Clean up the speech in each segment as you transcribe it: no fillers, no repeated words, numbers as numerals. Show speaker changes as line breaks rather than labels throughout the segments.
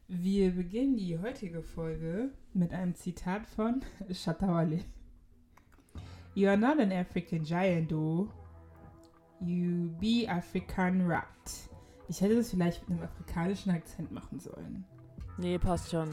Wir beginnen die heutige Folge mit einem Zitat von Shatta. You are not an African giant, though. You be African wrapped. Ich hätte das vielleicht mit einem afrikanischen Akzent machen sollen.
Nee, passt schon.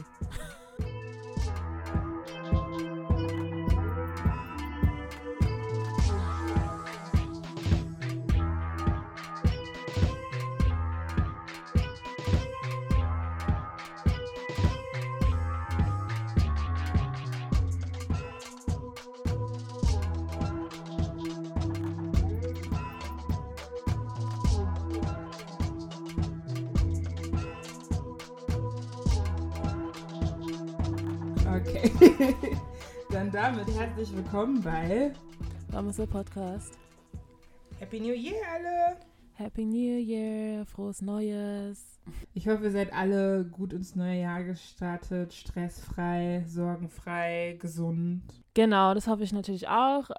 Okay. Dann damit herzlich willkommen bei
Vamos Podcast.
Happy New Year alle!
Happy New Year, frohes Neues.
Ich hoffe, ihr seid alle gut ins neue Jahr gestartet, stressfrei, sorgenfrei, gesund.
Genau, das hoffe ich natürlich auch.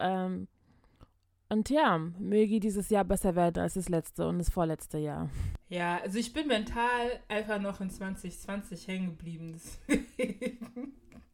Und ja, möge dieses Jahr besser werden als das letzte und das vorletzte Jahr.
Ja, also ich bin mental einfach noch in 2020 hängen geblieben, deswegen.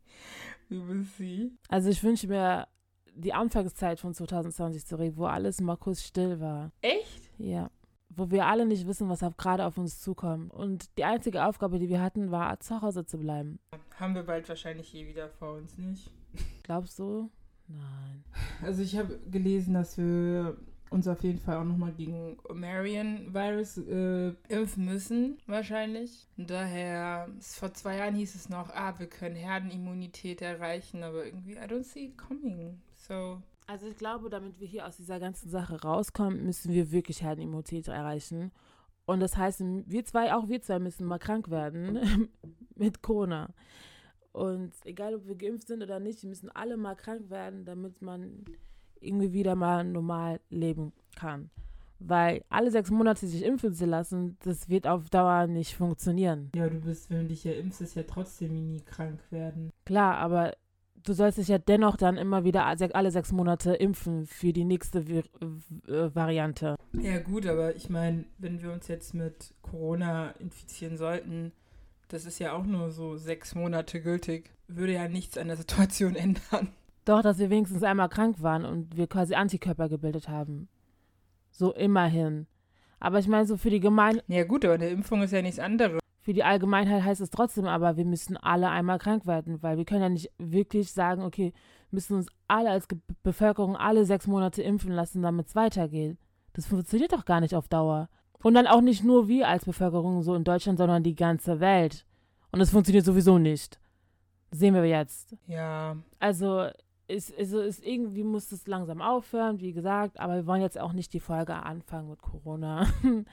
Wie sie.
Also ich wünsche mir die Anfangszeit von 2020 zurück, wo alles mal kurz still war.
Echt?
Ja, wo wir alle nicht wissen, was gerade auf uns zukommt. Und die einzige Aufgabe, die wir hatten, war, zu Hause zu bleiben.
Haben wir bald wahrscheinlich je wieder vor uns, nicht?
Glaubst du? Nein.
Also ich habe gelesen, dass wir uns auf jeden Fall auch nochmal gegen Marion-Virus impfen müssen, wahrscheinlich. Und daher, vor 2 Jahren hieß es noch, wir können Herdenimmunität erreichen, aber irgendwie, I don't see it coming. So.
Also ich glaube, damit wir hier aus dieser ganzen Sache rauskommen, müssen wir wirklich Herdenimmunität erreichen. Und das heißt, wir zwei müssen mal krank werden mit Corona. Und egal, ob wir geimpft sind oder nicht, wir müssen alle mal krank werden, damit man irgendwie wieder mal normal leben kann. Weil alle 6 Monate sich impfen zu lassen, das wird auf Dauer nicht funktionieren.
Ja, wenn du dich ja impfst, ja trotzdem nie krank werden.
Klar, aber du sollst dich ja dennoch dann immer wieder alle 6 Monate impfen für die nächste Variante.
Ja gut, aber ich meine, wenn wir uns jetzt mit Corona infizieren sollten, das ist ja auch nur so 6 Monate gültig, würde ja nichts an der Situation ändern.
Doch, dass wir wenigstens einmal krank waren und wir quasi Antikörper gebildet haben. So immerhin. Aber ich meine, so für die
Ja gut, aber eine Impfung ist ja nichts anderes.
Für die Allgemeinheit heißt es trotzdem, aber wir müssen alle einmal krank werden, weil wir können ja nicht wirklich sagen, okay, müssen uns alle als Bevölkerung alle 6 Monate impfen lassen, damit es weitergeht. Das funktioniert doch gar nicht auf Dauer. Und dann auch nicht nur wir als Bevölkerung so in Deutschland, sondern die ganze Welt. Und es funktioniert sowieso nicht. Das sehen wir jetzt.
Ja.
Also irgendwie muss es langsam aufhören, wie gesagt, aber wir wollen jetzt auch nicht die Folge anfangen mit Corona.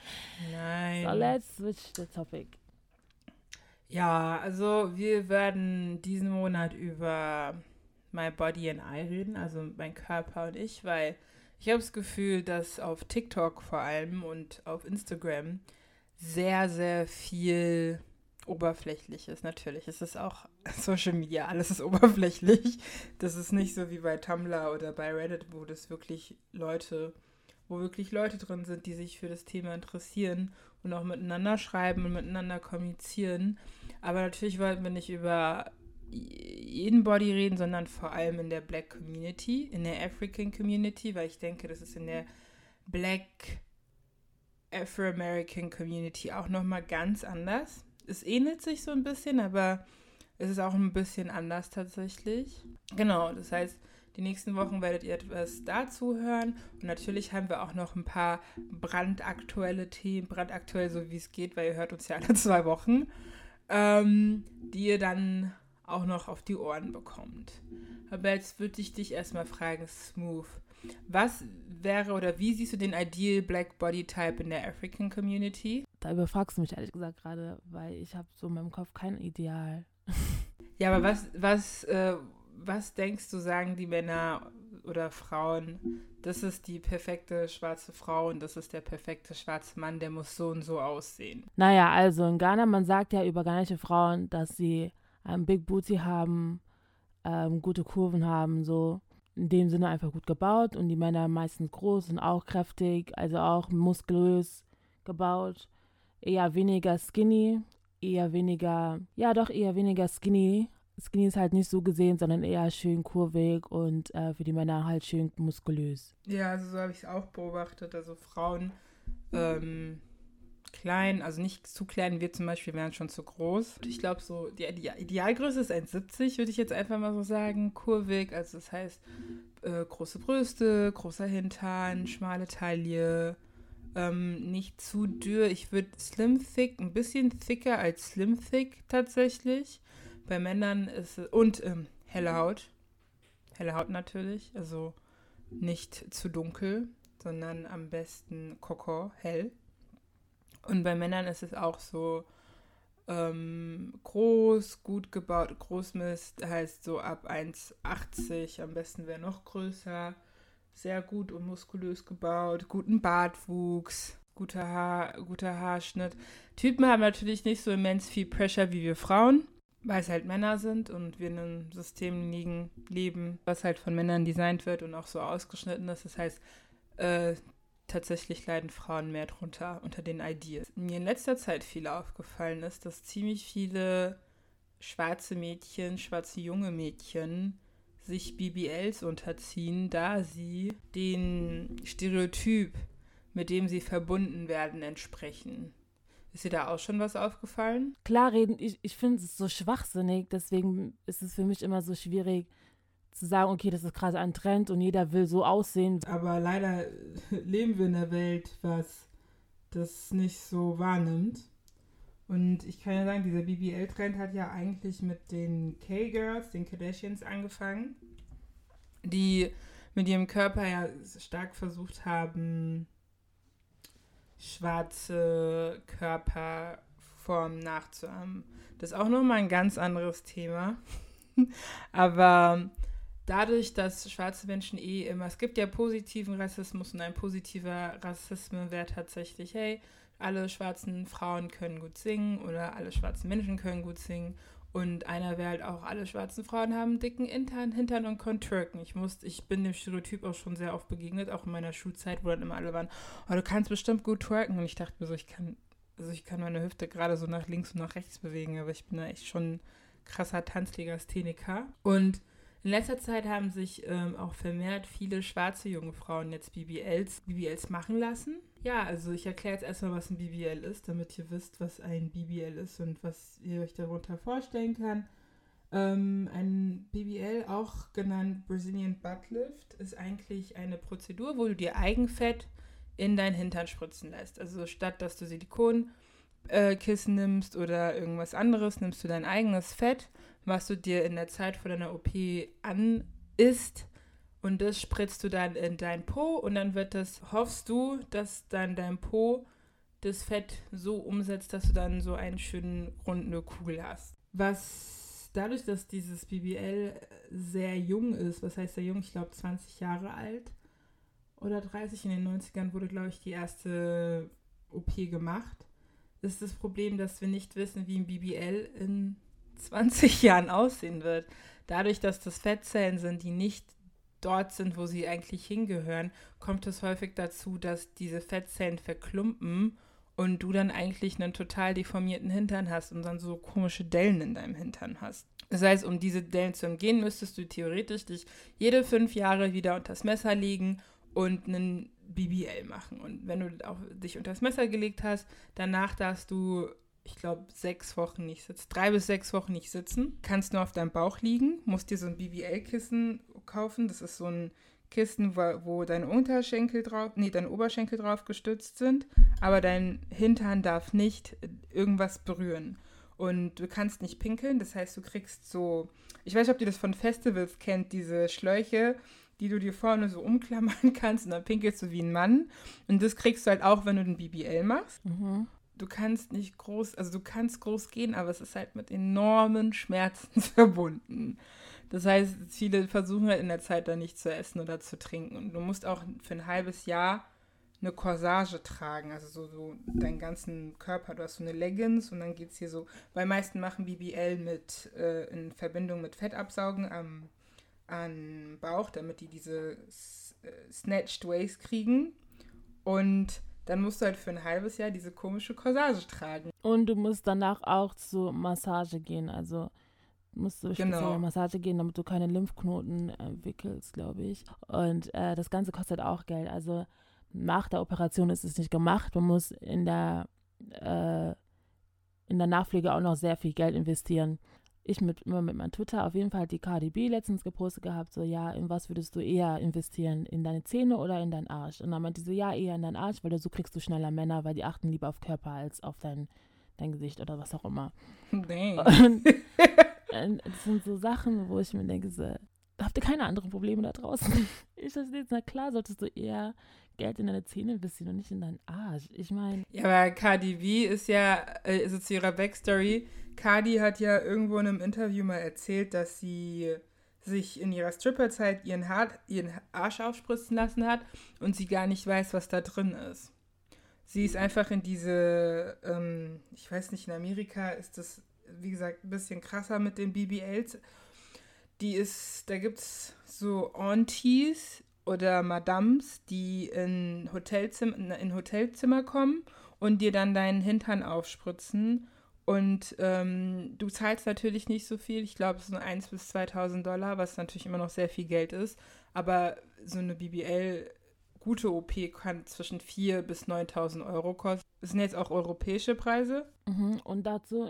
Nein.
So, let's switch the topic.
Ja, also wir werden diesen Monat über My Body and I reden, also mein Körper und ich, weil ich habe das Gefühl, dass auf TikTok vor allem und auf Instagram sehr, sehr viel Oberflächliches. Natürlich, es ist auch Social Media, alles ist oberflächlich. Das ist nicht so wie bei Tumblr oder bei Reddit, wo wirklich Leute drin sind, die sich für das Thema interessieren und auch miteinander schreiben und miteinander kommunizieren. Aber natürlich wollten wir nicht über jeden Body reden, sondern vor allem in der Black Community, in der African Community, weil ich denke, das ist in der Black Afro-American Community auch nochmal ganz anders. Es ähnelt sich so ein bisschen, aber es ist auch ein bisschen anders tatsächlich. Genau, das heißt, die nächsten Wochen werdet ihr etwas dazu hören. Und natürlich haben wir auch noch ein paar brandaktuelle Themen, brandaktuell so wie es geht, weil ihr hört uns ja alle 2 Wochen, die ihr dann auch noch auf die Ohren bekommt. Aber jetzt würde ich dich erstmal fragen, Smooth, was wäre oder wie siehst du den Ideal Black Body Type in der African Community?
Da überfragst du mich ehrlich gesagt gerade, weil ich habe so in meinem Kopf kein Ideal.
Ja, aber was denkst du, sagen die Männer oder Frauen, das ist die perfekte schwarze Frau und das ist der perfekte schwarze Mann, der muss so und so aussehen?
Naja, also in Ghana, man sagt ja über ghanaische Frauen, dass sie einen Big Booty haben, gute Kurven haben, so. In dem Sinne einfach gut gebaut und die Männer meistens groß und auch kräftig, also auch muskulös gebaut, eher weniger skinny eher weniger, ja doch eher weniger skinny. Skinny ist halt nicht so gesehen, sondern eher schön kurvig und für die Männer halt schön muskulös.
Ja, also so habe ich es auch beobachtet. Also Frauen klein, also nicht zu klein, wir zum Beispiel wären schon zu groß. Ich glaube so, die Idealgröße ist 1,70, würde ich jetzt einfach mal so sagen, kurvig. Also das heißt große Brüste, großer Hintern, schmale Taille, nicht zu dürr. Ich würde slim thick, ein bisschen thicker als slim thick tatsächlich. Bei Männern ist es, und helle Haut. Helle Haut natürlich, also nicht zu dunkel, sondern am besten Koko, hell. Und bei Männern ist es auch so groß, gut gebaut. Großmist heißt so ab 1,80, am besten wäre noch größer. Sehr gut und muskulös gebaut, guten Bartwuchs, guter Haarschnitt. Typen haben natürlich nicht so immens viel Pressure wie wir Frauen, weil es halt Männer sind und wir in einem System leben, was halt von Männern designt wird und auch so ausgeschnitten ist. Das heißt, tatsächlich leiden Frauen mehr drunter unter den Ideas. Mir in letzter Zeit viel aufgefallen ist, dass ziemlich viele schwarze junge Mädchen sich BBLs unterziehen, da sie den Stereotyp, mit dem sie verbunden werden, entsprechen. Ist dir da auch schon was aufgefallen?
Klar reden, ich finde es so schwachsinnig, deswegen ist es für mich immer so schwierig zu sagen, okay, das ist gerade ein Trend und jeder will so aussehen.
Aber leider leben wir in einer Welt, was das nicht so wahrnimmt. Und ich kann ja sagen, dieser BBL-Trend hat ja eigentlich mit den K-Girls, den Kardashians, angefangen, die mit ihrem Körper ja stark versucht haben, schwarze Körperformen nachzuahmen. Das ist auch nochmal ein ganz anderes Thema. Aber dadurch, dass schwarze Menschen immer, es gibt ja positiven Rassismus und ein positiver Rassismus wäre tatsächlich, hey, alle schwarzen Frauen können gut singen oder alle schwarzen Menschen können gut singen. Und einer wäre halt auch, alle schwarzen Frauen haben einen dicken Hintern und können twerken. Ich bin dem Stereotyp auch schon sehr oft begegnet, auch in meiner Schulzeit, wo dann immer alle waren, oh, du kannst bestimmt gut twerken. Und ich dachte mir so, ich kann meine Hüfte gerade so nach links und nach rechts bewegen, aber ich bin da echt schon ein krasser Tanzlegastheniker. Und in letzter Zeit haben sich auch vermehrt viele schwarze junge Frauen jetzt BBLs machen lassen. Ja, also ich erkläre jetzt erstmal, was ein BBL ist, damit ihr wisst, was ein BBL ist und was ihr euch darunter vorstellen kann. Ein BBL, auch genannt Brazilian Butt Lift, ist eigentlich eine Prozedur, wo du dir Eigenfett in deinen Hintern spritzen lässt. Also statt, dass du Silikonkissen nimmst oder irgendwas anderes, nimmst du dein eigenes Fett, was du dir in der Zeit vor deiner OP isst, und das spritzt du dann in dein Po und dann hoffst du, dass dann dein Po das Fett so umsetzt, dass du dann so einen schönen runde Kugel hast. Dadurch, dass dieses BBL sehr jung ist, was heißt sehr jung, ich glaube 20 Jahre alt oder 30, in den 90ern wurde, glaube ich, die erste OP gemacht, ist das Problem, dass wir nicht wissen, wie ein BBL in 20 Jahren aussehen wird. Dadurch, dass das Fettzellen sind, die nicht dort sind, wo sie eigentlich hingehören, kommt es häufig dazu, dass diese Fettzellen verklumpen und du dann eigentlich einen total deformierten Hintern hast und dann so komische Dellen in deinem Hintern hast. Das heißt, um diese Dellen zu umgehen, müsstest du theoretisch dich jede 5 Jahre wieder unters Messer legen und einen BBL machen. Und wenn du auch dich unters Messer gelegt hast, danach darfst du, ich glaube, 6 Wochen nicht sitzen, 3 bis 6 Wochen nicht sitzen, kannst nur auf deinem Bauch liegen, musst dir so ein BBL-Kissen kaufen. Das ist so ein Kissen, wo deine Oberschenkel drauf gestützt sind, aber dein Hintern darf nicht irgendwas berühren. Und du kannst nicht pinkeln, das heißt, du kriegst so, ich weiß nicht, ob ihr das von Festivals kennt, diese Schläuche, die du dir vorne so umklammern kannst und dann pinkelst du wie ein Mann. Und das kriegst du halt auch, wenn du den BBL machst.
Mhm.
Du kannst groß gehen, aber es ist halt mit enormen Schmerzen verbunden. Das heißt, viele versuchen halt in der Zeit dann nicht zu essen oder zu trinken. Und du musst auch für ein halbes Jahr eine Corsage tragen, also so deinen ganzen Körper. Du hast so eine Leggings und dann geht's hier so, weil meisten machen BBL in Verbindung mit Fettabsaugen am Bauch, damit die diese Snatched Waist kriegen. Und dann musst du halt für ein halbes Jahr diese komische Corsage tragen.
Und du musst danach auch zur Massage gehen. Also musst du spezielle Massage gehen, damit du keine Lymphknoten entwickelst, glaube ich. Und das Ganze kostet auch Geld. Also nach der Operation ist es nicht gemacht. Man muss in der Nachpflege auch noch sehr viel Geld investieren. Ich immer mit meinem Twitter auf jeden Fall hat die Cardi B letztens gepostet gehabt, so ja, in was würdest du eher investieren, in deine Zähne oder in deinen Arsch? Und dann meinte sie, ja, eher in deinen Arsch, weil so kriegst du schneller Männer, weil die achten lieber auf Körper als auf dein Gesicht oder was auch immer. Und das sind so Sachen, wo ich mir denke, so, habt ihr keine anderen Probleme da draußen? Ich verstehe jetzt, na klar, solltest du eher Geld in deine Zähne investieren und nicht in deinen Arsch. Ich meine.
Ja, aber Cardi B ist ja, also zu ihrer Backstory, Cardi hat ja irgendwo in einem Interview mal erzählt, dass sie sich in ihrer Stripperzeit ihren Arsch aufspritzen lassen hat und sie gar nicht weiß, was da drin ist. Sie ist einfach in diese, ich weiß nicht, in Amerika ist das, wie gesagt, ein bisschen krasser mit den BBLs. Da gibt es so Aunties oder Madames, die in Hotelzimmer kommen und dir dann deinen Hintern aufspritzen. Und du zahlst natürlich nicht so viel. Ich glaube, es sind 1.000 bis 2.000 $, was natürlich immer noch sehr viel Geld ist. Aber so eine BBL, gute OP, kann zwischen 4.000 bis 9.000 € kosten. Das sind jetzt auch europäische Preise.
Und dazu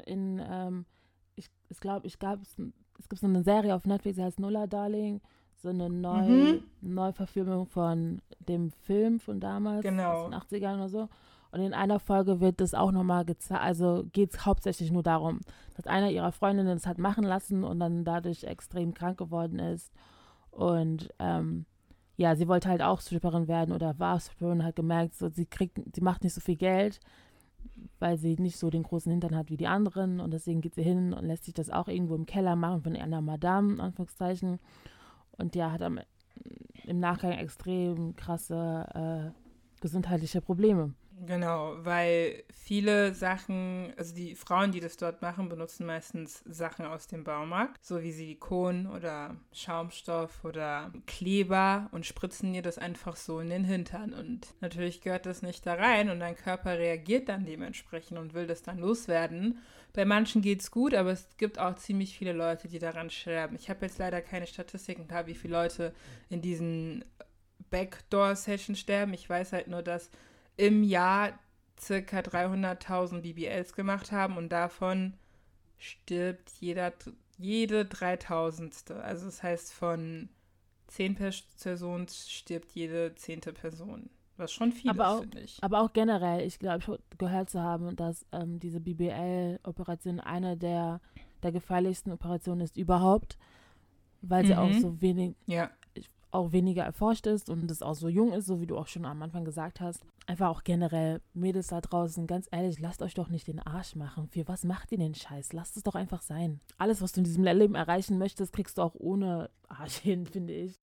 es gibt so eine Serie auf Netflix, die heißt Nulla Darling. So eine Neuverfilmung von dem Film von damals,
genau,
aus den 80ern oder so. Und in einer Folge wird das auch nochmal gezeigt, also geht es hauptsächlich nur darum, dass einer ihrer Freundinnen das hat machen lassen und dann dadurch extrem krank geworden ist. Und sie wollte halt auch Stripperin werden oder war Stripperin und hat gemerkt, so, sie macht nicht so viel Geld, weil sie nicht so den großen Hintern hat wie die anderen. Und deswegen geht sie hin und lässt sich das auch irgendwo im Keller machen von einer Madame, in Anführungszeichen. Und ja, hat im Nachgang extrem krasse gesundheitliche Probleme.
Genau, weil viele Sachen, also die Frauen, die das dort machen, benutzen meistens Sachen aus dem Baumarkt, so wie Silikon oder Schaumstoff oder Kleber und spritzen dir das einfach so in den Hintern. Und natürlich gehört das nicht da rein und dein Körper reagiert dann dementsprechend und will das dann loswerden. Bei manchen geht's gut, aber es gibt auch ziemlich viele Leute, die daran sterben. Ich habe jetzt leider keine Statistiken da, wie viele Leute in diesen Backdoor-Sessions sterben. Ich weiß halt nur, dass im Jahr ca. 300.000 BBLs gemacht haben und davon stirbt jede 3.000. Also das heißt, von 10 Personen stirbt jede 10. Person. Was schon viel ist, finde ich.
Aber auch generell, ich glaube, ich gehört zu haben, dass diese BBL-Operation eine der gefährlichsten Operationen ist überhaupt, weil sie auch so wenig, auch weniger erforscht ist und es auch so jung ist, so wie du auch schon am Anfang gesagt hast. Einfach auch generell, Mädels da draußen, ganz ehrlich, lasst euch doch nicht den Arsch machen. Für was macht ihr den Scheiß? Lasst es doch einfach sein. Alles, was du in diesem Leben erreichen möchtest, kriegst du auch ohne Arsch hin, finde ich.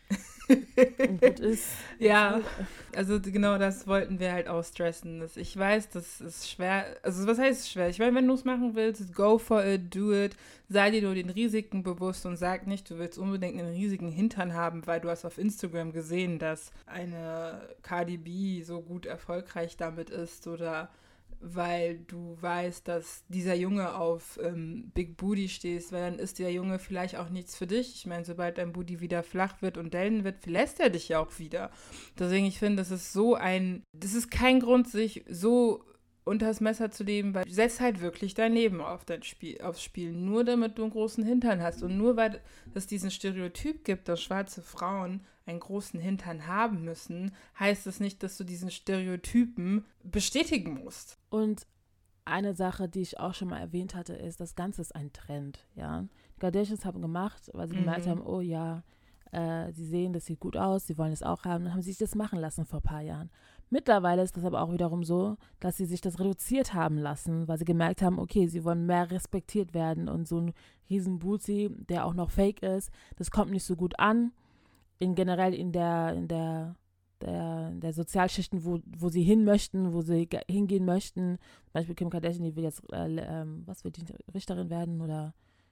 Und gut ist.
Ja, also genau das wollten wir halt auch stressen. Ich weiß, das ist schwer. Also was heißt schwer? Ich meine, wenn du es machen willst, go for it, do it. Sei dir nur den Risiken bewusst und sag nicht, du willst unbedingt einen riesigen Hintern haben, weil du hast auf Instagram gesehen, dass eine Cardi B so gut erfolgreich damit ist oder weil du weißt, dass dieser Junge auf Big Booty stehst, weil dann ist der Junge vielleicht auch nichts für dich. Ich meine, sobald dein Booty wieder flach wird und dellen wird, verlässt er dich ja auch wieder. Deswegen, ich finde, das ist kein Grund, sich so unter das Messer zu leben, weil du setzt halt wirklich dein Leben aufs Spiel, nur damit du einen großen Hintern hast und nur weil es diesen Stereotyp gibt, dass schwarze Frauen einen großen Hintern haben müssen, heißt es nicht, dass du diesen Stereotypen bestätigen musst.
Und eine Sache, die ich auch schon mal erwähnt hatte, ist, das Ganze ist ein Trend, ja. Die Kardashians haben gemacht, weil sie gemerkt haben, oh ja, sie sehen, das sieht gut aus, sie wollen es auch haben, dann haben sie sich das machen lassen vor ein paar Jahren. Mittlerweile ist das aber auch wiederum so, dass sie sich das reduziert haben lassen, weil sie gemerkt haben, okay, sie wollen mehr respektiert werden und so ein riesen Booty, der auch noch fake ist, das kommt nicht so gut an. Generell in der Sozialschichten, wo sie hin möchten, wo sie hingehen möchten. Zum Beispiel Kim Kardashian, die will jetzt, was will die, Richterin werden oder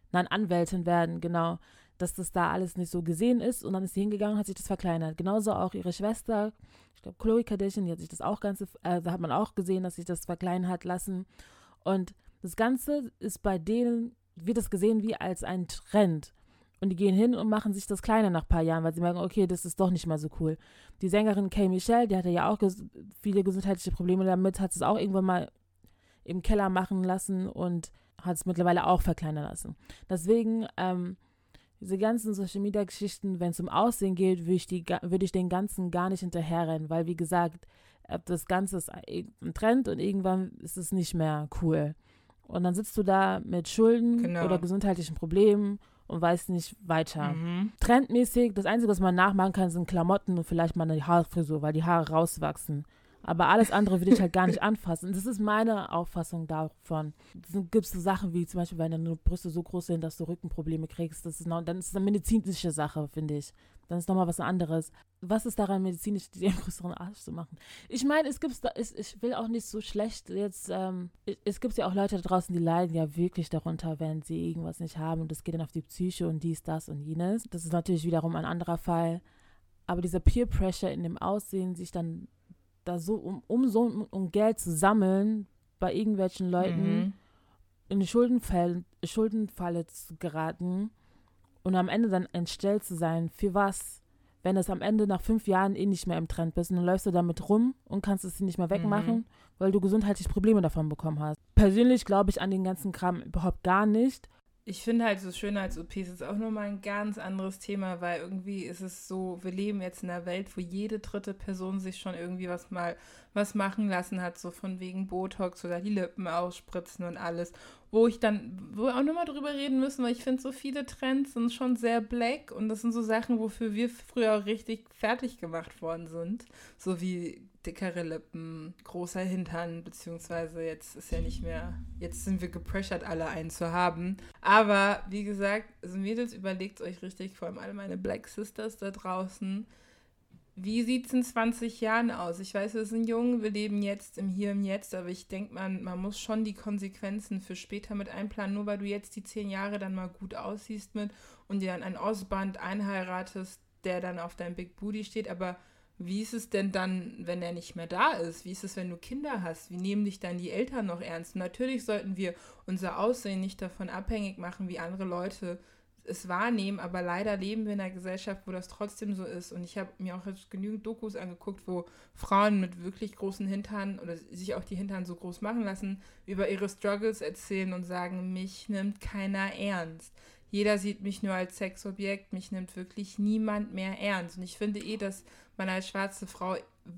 Anwältin werden, genau, dass das da alles nicht so gesehen ist. Und dann ist sie hingegangen und hat sich das verkleinert. Genauso auch ihre Schwester, ich glaube Khloe Kardashian, die hat sich das auch da hat man auch gesehen, dass sich das verkleinern hat lassen. Und das Ganze ist bei denen, wird das gesehen wie als ein Trend. Und die gehen hin und machen sich das kleiner nach ein paar Jahren, weil sie merken, okay, das ist doch nicht mehr so cool. Die Sängerin K. Michelle, die hatte ja auch viele gesundheitliche Probleme damit, hat es auch irgendwann mal im Keller machen lassen und hat es mittlerweile auch verkleinern lassen. Deswegen, diese ganzen Social-Media-Geschichten, wenn es um Aussehen geht, würde ich den Ganzen gar nicht hinterherrennen, weil, wie gesagt, das Ganze ist ein Trend und irgendwann ist es nicht mehr cool. Und dann sitzt du da mit Schulden oder gesundheitlichen Problemen und weißt nicht weiter. Trendmäßig, das Einzige, was man nachmachen kann, sind Klamotten und vielleicht mal eine Haarfrisur, weil die Haare rauswachsen. Aber alles andere will ich halt gar nicht anfassen. Das ist meine Auffassung davon. Dann gibt es so Sachen wie zum Beispiel, wenn deine Brüste so groß sind, dass du Rückenprobleme kriegst. Dann ist es eine medizinische Sache, finde ich. Dann ist nochmal was anderes. Was ist daran medizinisch, dir einen größeren Arsch zu machen? Ich meine, ich will auch nicht so schlecht jetzt, es gibt ja auch Leute da draußen, die leiden ja wirklich darunter, wenn sie irgendwas nicht haben und das geht dann auf die Psyche und dies, das und jenes. Das ist natürlich wiederum ein anderer Fall. Aber dieser Peer Pressure in dem Aussehen, sich dann da so, um Geld zu sammeln, bei irgendwelchen Leuten in eine Schuldenfalle zu geraten und am Ende dann entstellt zu sein. Für was? Wenn es am Ende nach 5 Jahren nicht mehr im Trend bist und dann läufst du damit rum und kannst es nicht mehr wegmachen, weil du gesundheitliche Probleme davon bekommen hast. Persönlich glaube ich an den ganzen Kram überhaupt gar nicht.
Ich finde halt so Schönheits-OPs ist auch nochmal ein ganz anderes Thema, weil irgendwie ist es so, wir leben jetzt in einer Welt, wo jede dritte Person sich schon irgendwie was machen lassen hat, so von wegen Botox oder die Lippen ausspritzen und alles, wo wir auch nochmal drüber reden müssen, weil ich finde, so viele Trends sind schon sehr black und das sind so Sachen, wofür wir früher auch richtig fertig gemacht worden sind, so wie dickere Lippen, großer Hintern, beziehungsweise jetzt sind wir gepressured, alle einen zu haben. Aber wie gesagt, also Mädels, überlegt euch richtig, vor allem alle meine Black Sisters da draußen, wie sieht es in 20 Jahren aus? Ich weiß, wir sind jung, wir leben jetzt im Hier und Jetzt, aber ich denke, man muss schon die Konsequenzen für später mit einplanen, nur weil du jetzt die 10 Jahre dann mal gut aussiehst mit und dir dann einen Ausband einheiratest, der dann auf dein Big Booty steht, aber wie ist es denn dann, wenn er nicht mehr da ist? Wie ist es, wenn du Kinder hast? Wie nehmen dich dann die Eltern noch ernst? Und natürlich sollten wir unser Aussehen nicht davon abhängig machen, wie andere Leute es wahrnehmen, aber leider leben wir in einer Gesellschaft, wo das trotzdem so ist. Und ich habe mir auch jetzt genügend Dokus angeguckt, wo Frauen mit wirklich großen Hintern oder sich auch die Hintern so groß machen lassen, über ihre Struggles erzählen und sagen, mich nimmt keiner ernst. Jeder sieht mich nur als Sexobjekt, mich nimmt wirklich niemand mehr ernst. Und ich finde dass man als schwarze Frau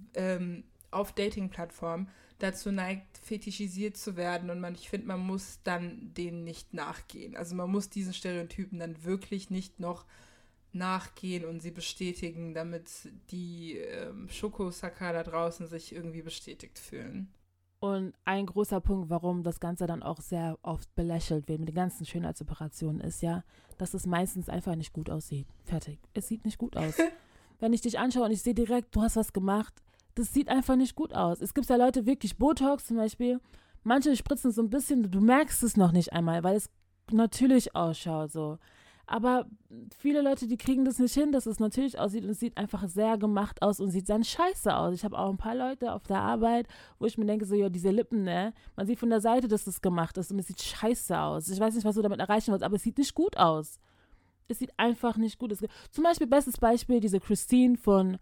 auf Dating-Plattformen dazu neigt, fetischisiert zu werden. Und ich finde, man muss dann denen nicht nachgehen. Also man muss diesen Stereotypen dann wirklich nicht noch nachgehen und sie bestätigen, damit die Schokosaka da draußen sich irgendwie bestätigt fühlen.
Und ein großer Punkt, warum das Ganze dann auch sehr oft belächelt wird mit den ganzen Schönheitsoperationen, ist ja, dass es meistens einfach nicht gut aussieht. Fertig. Es sieht nicht gut aus. Wenn ich dich anschaue und ich sehe direkt, du hast was gemacht, das sieht einfach nicht gut aus. Es gibt ja Leute, wirklich Botox zum Beispiel, manche spritzen so ein bisschen, du merkst es noch nicht einmal, weil es natürlich ausschaut so. Aber viele Leute, die kriegen das nicht hin, dass es natürlich aussieht und es sieht einfach sehr gemacht aus und sieht dann scheiße aus. Ich habe auch ein paar Leute auf der Arbeit, wo ich mir denke, so, ja, diese Lippen, ne? Man sieht von der Seite, dass das gemacht ist und es sieht scheiße aus. Ich weiß nicht, was du damit erreichen willst, aber es sieht nicht gut aus. Es sieht einfach nicht gut aus. Zum Beispiel, bestes Beispiel, diese Christine von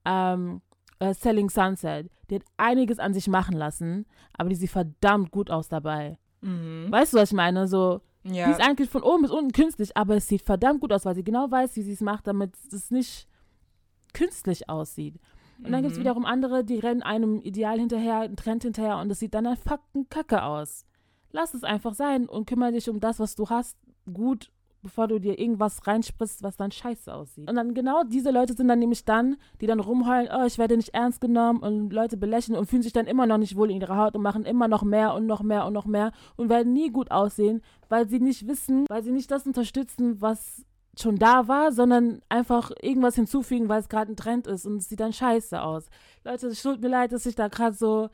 Selling Sunset. Die hat einiges an sich machen lassen, aber die sieht verdammt gut aus dabei. Weißt du, was ich meine? So, ja. Die ist eigentlich von oben bis unten künstlich, aber es sieht verdammt gut aus, weil sie genau weiß, wie sie es macht, damit es nicht künstlich aussieht. Und dann gibt es wiederum andere, die rennen einem Ideal hinterher, einem Trend hinterher und es sieht dann fucking kacke aus. Lass es einfach sein und kümmere dich um das, was du hast, gut, bevor du dir irgendwas reinspritzt, was dann scheiße aussieht. Und dann genau diese Leute sind dann nämlich die dann rumheulen, oh, ich werde nicht ernst genommen und Leute belächeln und fühlen sich dann immer noch nicht wohl in ihrer Haut und machen immer noch mehr und noch mehr und noch mehr und werden nie gut aussehen, weil sie nicht wissen, weil sie nicht das unterstützen, was schon da war, sondern einfach irgendwas hinzufügen, weil es gerade ein Trend ist und es sieht dann scheiße aus. Leute, es tut mir leid, dass ich da gerade so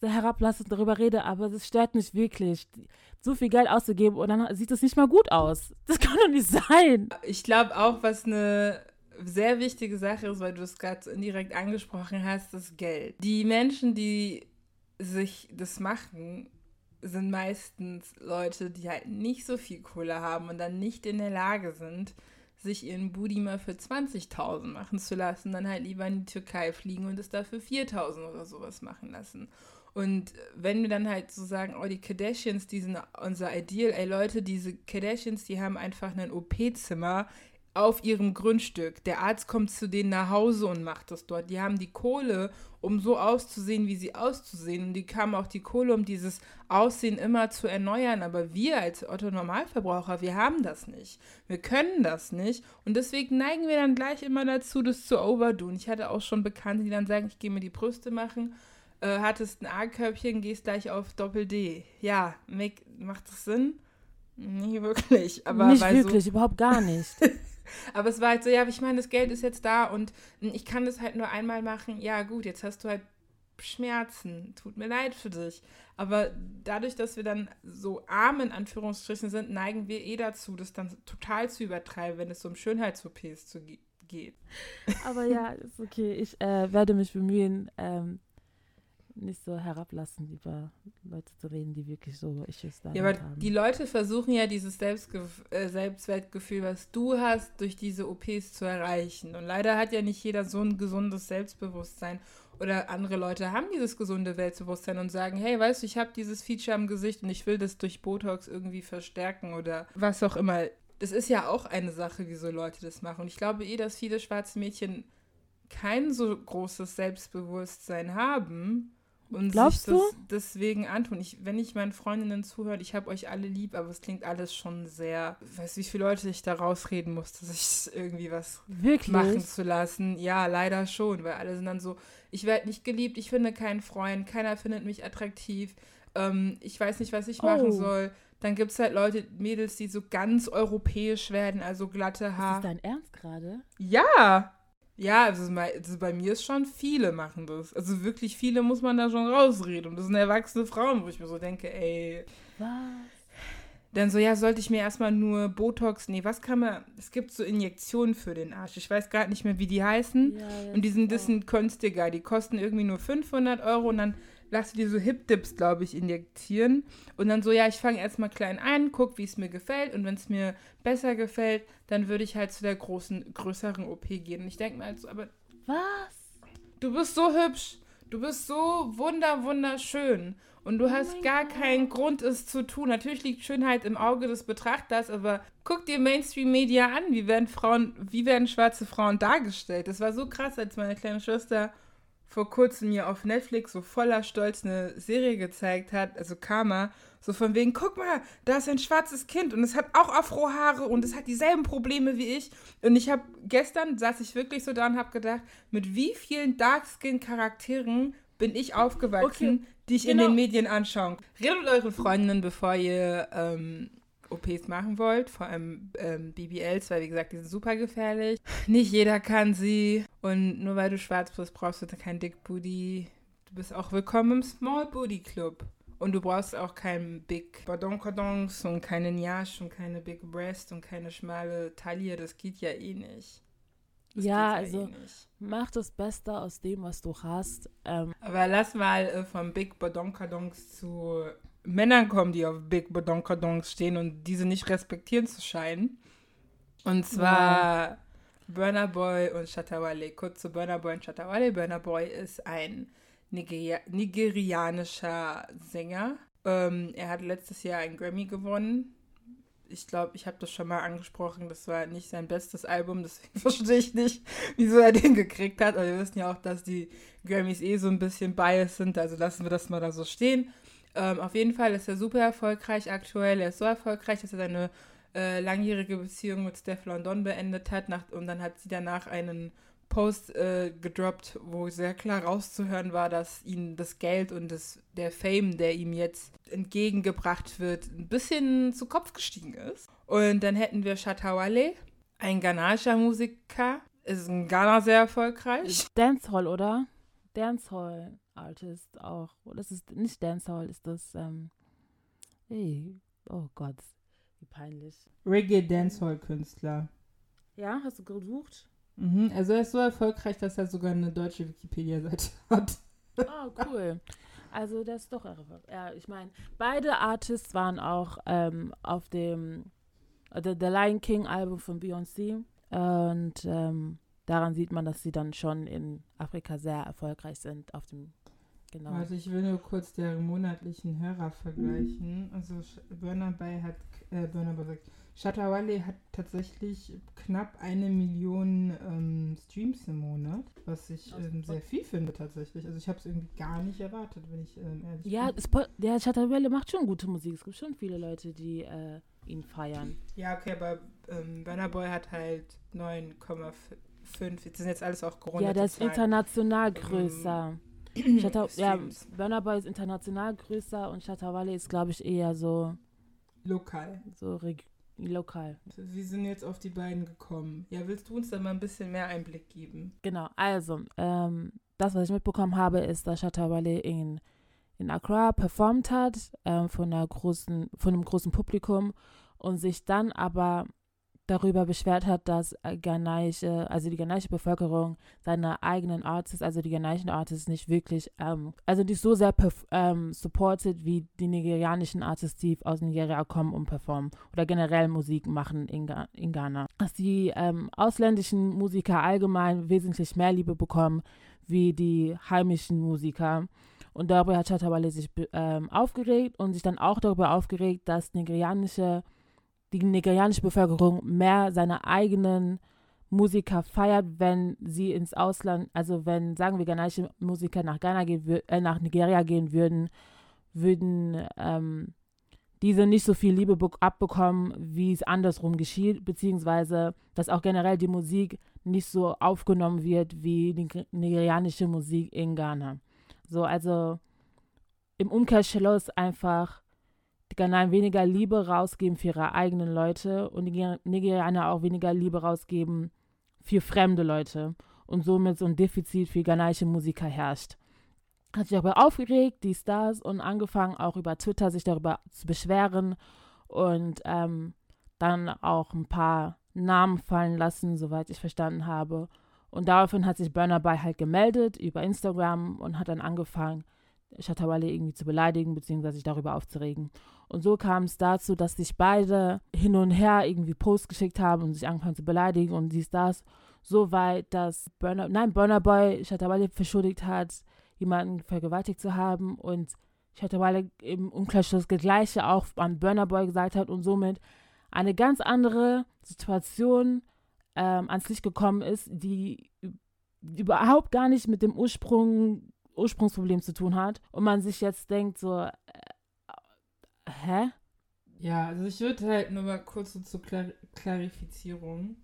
sehr herablassend darüber rede, aber das stört mich wirklich, so viel Geld auszugeben und dann sieht es nicht mal gut aus. Das kann doch nicht sein.
Ich glaube auch, was eine sehr wichtige Sache ist, weil du es gerade so indirekt angesprochen hast, das Geld. Die Menschen, die sich das machen, sind meistens Leute, die halt nicht so viel Kohle haben und dann nicht in der Lage sind, sich ihren Booty mal für 20.000 machen zu lassen, dann halt lieber in die Türkei fliegen und es dafür 4.000 oder sowas machen lassen. Und wenn wir dann halt so sagen, oh, die Kardashians, die sind unser Ideal, ey Leute, diese Kardashians, die haben einfach ein OP-Zimmer auf ihrem Grundstück. Der Arzt kommt zu denen nach Hause und macht das dort. Die haben die Kohle, um so auszusehen, wie sie auszusehen. Und die haben auch die Kohle, um dieses Aussehen immer zu erneuern. Aber wir als Otto-Normalverbraucher, wir haben das nicht. Wir können das nicht. Und deswegen neigen wir dann gleich immer dazu, das zu overdoen. Ich hatte auch schon Bekannte, die dann sagen, ich gehe mir die Brüste machen, hattest ein A-Körbchen, gehst gleich auf Doppel-D. Ja, macht das Sinn? Nicht wirklich. Aber
nicht wirklich, überhaupt gar nicht.
Aber es war halt so, ja, ich meine, das Geld ist jetzt da und ich kann das halt nur einmal machen. Ja, gut, jetzt hast du halt Schmerzen. Tut mir leid für dich. Aber dadurch, dass wir dann so arm in Anführungsstrichen sind, neigen wir dazu, das dann total zu übertreiben, wenn es um Schönheits-OPs geht.
Aber ja, ist okay. Ich werde mich bemühen, nicht so herablassend über Leute zu reden, die wirklich so Issues damit haben.
Ja, aber die Leute versuchen ja dieses Selbstwertgefühl, was du hast, durch diese OPs zu erreichen. Und leider hat ja nicht jeder so ein gesundes Selbstbewusstsein. Oder andere Leute haben dieses gesunde Selbstbewusstsein und sagen, hey, weißt du, ich habe dieses Feature am Gesicht und ich will das durch Botox irgendwie verstärken oder was auch immer. Das ist ja auch eine Sache, wieso Leute das machen. Und ich glaube dass viele schwarze Mädchen kein so großes Selbstbewusstsein haben und
Glaubst
sich das
du?
deswegen antun. Wenn ich meinen Freundinnen zuhöre, ich habe euch alle lieb, aber es klingt alles schon sehr, ich weiß, wie viele Leute ich da rausreden musste, sich irgendwie was
Wirklich?
machen zu lassen. Ja, leider schon, weil alle sind dann so, ich werde nicht geliebt, ich finde keinen Freund, keiner findet mich attraktiv, ich weiß nicht, was ich machen soll. Dann gibt es halt Leute, Mädels, die so ganz europäisch werden, also glatte Haare.
Ist das dein Ernst gerade?
Ja! Ja, also bei mir ist schon, viele machen das. Also wirklich viele muss man da schon rausreden. Und das sind erwachsene Frauen, wo ich mir so denke, ey.
Was?
Dann so, ja, sollte ich mir erstmal nur Botox, es gibt so Injektionen für den Arsch. Ich weiß gerade nicht mehr, wie die heißen.
Ja,
und die sind ein bisschen günstiger. Die kosten irgendwie nur 500 Euro und dann lass du dir so Hip-Dips, glaube ich, injektieren. Und dann so, ja, ich fange erstmal klein an, guck, wie es mir gefällt. Und wenn es mir besser gefällt, dann würde ich halt zu der größeren OP gehen. Und ich denke mir halt so, aber
Was?
du bist so hübsch. Du bist so wunderschön. Und du hast gar keinen Grund, es zu tun. Natürlich liegt Schönheit im Auge des Betrachters, aber guck dir Mainstream-Media an. Wie werden schwarze Frauen dargestellt? Das war so krass, als meine kleine Schwester vor kurzem mir auf Netflix so voller Stolz eine Serie gezeigt hat, also Karma, so von wegen, guck mal, da ist ein schwarzes Kind und es hat auch Afrohaare und es hat dieselben Probleme wie ich. Und gestern saß ich wirklich so da und habe gedacht, mit wie vielen Dark-Skin-Charakteren bin ich aufgewachsen, die ich in den Medien anschaue. Redet mit euren Freundinnen, bevor ihr OPs machen wollt, vor allem BBLs, weil wie gesagt, die sind super gefährlich. Nicht jeder kann sie und nur weil du schwarz bist, brauchst du kein Dick Booty. Du bist auch willkommen im Small Booty Club. Und du brauchst auch keinen Big Badonkadonks und keine Nyash und keine Big Breast und keine schmale Taille. Das geht ja eh nicht.
Mach das Beste aus dem, was du hast.
Aber lass mal vom Big Badonkadonks zu Männern kommen, die auf Big Badonkadonks stehen und diese nicht respektieren zu scheinen. Und zwar Burna Boy und Shatta Wale. Kurz zu Burna Boy und Shatta Wale. Burna Boy ist ein nigerianischer Sänger. Er hat letztes Jahr einen Grammy gewonnen. Ich glaube, ich habe das schon mal angesprochen, das war nicht sein bestes Album, deswegen verstehe ich nicht, wieso er den gekriegt hat. Aber wir wissen ja auch, dass die Grammys so ein bisschen biased sind, also lassen wir das mal da so stehen. Auf jeden Fall ist er super erfolgreich aktuell. Er ist so erfolgreich, dass er seine langjährige Beziehung mit Steph London beendet hat. Und dann hat sie danach einen Post gedroppt, wo sehr klar rauszuhören war, dass ihm das Geld und der Fame, der ihm jetzt entgegengebracht wird, ein bisschen zu Kopf gestiegen ist. Und dann hätten wir Shatta Wale, ein ghanaischer Musiker, ist in Ghana sehr erfolgreich.
Dancehall, oder? Dancehall. Artist auch. Das ist nicht Dancehall, ist das, hey, oh Gott, wie peinlich.
Reggae-Dancehall-Künstler.
Ja, hast du gesucht?
Also er ist so erfolgreich, dass er sogar eine deutsche Wikipedia-Seite hat.
Oh, cool. Also das ist doch irre. Ja, ich meine, beide Artists waren auch auf dem The Lion King Album von Beyoncé. Und daran sieht man, dass sie dann schon in Afrika sehr erfolgreich sind auf dem, genau.
Warte, ich will nur kurz deren monatlichen Hörer vergleichen. Also Shatta Wale hat tatsächlich knapp 1 Million Streams im Monat, was ich sehr viel finde tatsächlich. Also ich habe es irgendwie gar nicht erwartet, wenn ich ehrlich bin.
Ja, Shatta Wale macht schon gute Musik. Es gibt schon viele Leute, die ihn feiern.
Ja, okay, aber Burna Boy hat halt 9,5. Das sind jetzt alles auch gerundete
Ja, der ist
Zahlen.
International größer. Burna Boy ist international größer und Shatta Wale ist, glaube ich, eher so
lokal.
Lokal.
Wir sind jetzt auf die beiden gekommen. Ja, willst du uns da mal ein bisschen mehr Einblick geben?
Genau, also, das, was ich mitbekommen habe, ist, dass Shatta Wale in Accra performt hat, von einem großen Publikum und sich dann aber darüber beschwert hat, dass die ghanaische Bevölkerung seine eigenen Artists, also die ghanaischen Artists, nicht wirklich, nicht so sehr supportet wie die nigerianischen Artists, die aus Nigeria kommen und performen oder generell Musik machen in Ghana. Dass die ausländischen Musiker allgemein wesentlich mehr Liebe bekommen wie die heimischen Musiker. Und darüber hat Shatta Wale sich aufgeregt und sich dann auch darüber aufgeregt, dass die nigerianische Bevölkerung mehr seine eigenen Musiker feiert, wenn sie ins Ausland, also wenn, sagen wir, ghanaische Musiker nach Nigeria gehen würden diese nicht so viel Liebe abbekommen, wie es andersrum geschieht, beziehungsweise dass auch generell die Musik nicht so aufgenommen wird wie die nigerianische Musik in Ghana. So, also im Umkehrschluss einfach die Ghanaer weniger Liebe rausgeben für ihre eigenen Leute und die Nigerianer auch weniger Liebe rausgeben für fremde Leute und somit so ein Defizit für ghanaische Musiker herrscht. Hat sich darüber aufgeregt, die Stars, und angefangen auch über Twitter sich darüber zu beschweren und dann auch ein paar Namen fallen lassen, soweit ich verstanden habe. Und daraufhin hat sich Burna Boy halt gemeldet über Instagram und hat dann angefangen, Shatta Wale irgendwie zu beleidigen, beziehungsweise sich darüber aufzuregen. Und so kam es dazu, dass sich beide hin und her irgendwie Posts geschickt haben und sich angefangen zu beleidigen und dies, das. So weit, dass Burna Boy Shatta Wale verschuldigt hat, jemanden vergewaltigt zu haben und Shatta Wale im Umkehrschluss das Gleiche auch an Burna Boy gesagt hat und somit eine ganz andere Situation ans Licht gekommen ist, die überhaupt gar nicht mit dem Ursprungsproblem zu tun hat und man sich jetzt denkt so, hä?
Ja, also ich würde halt nur mal kurz so zur Klarifizierung,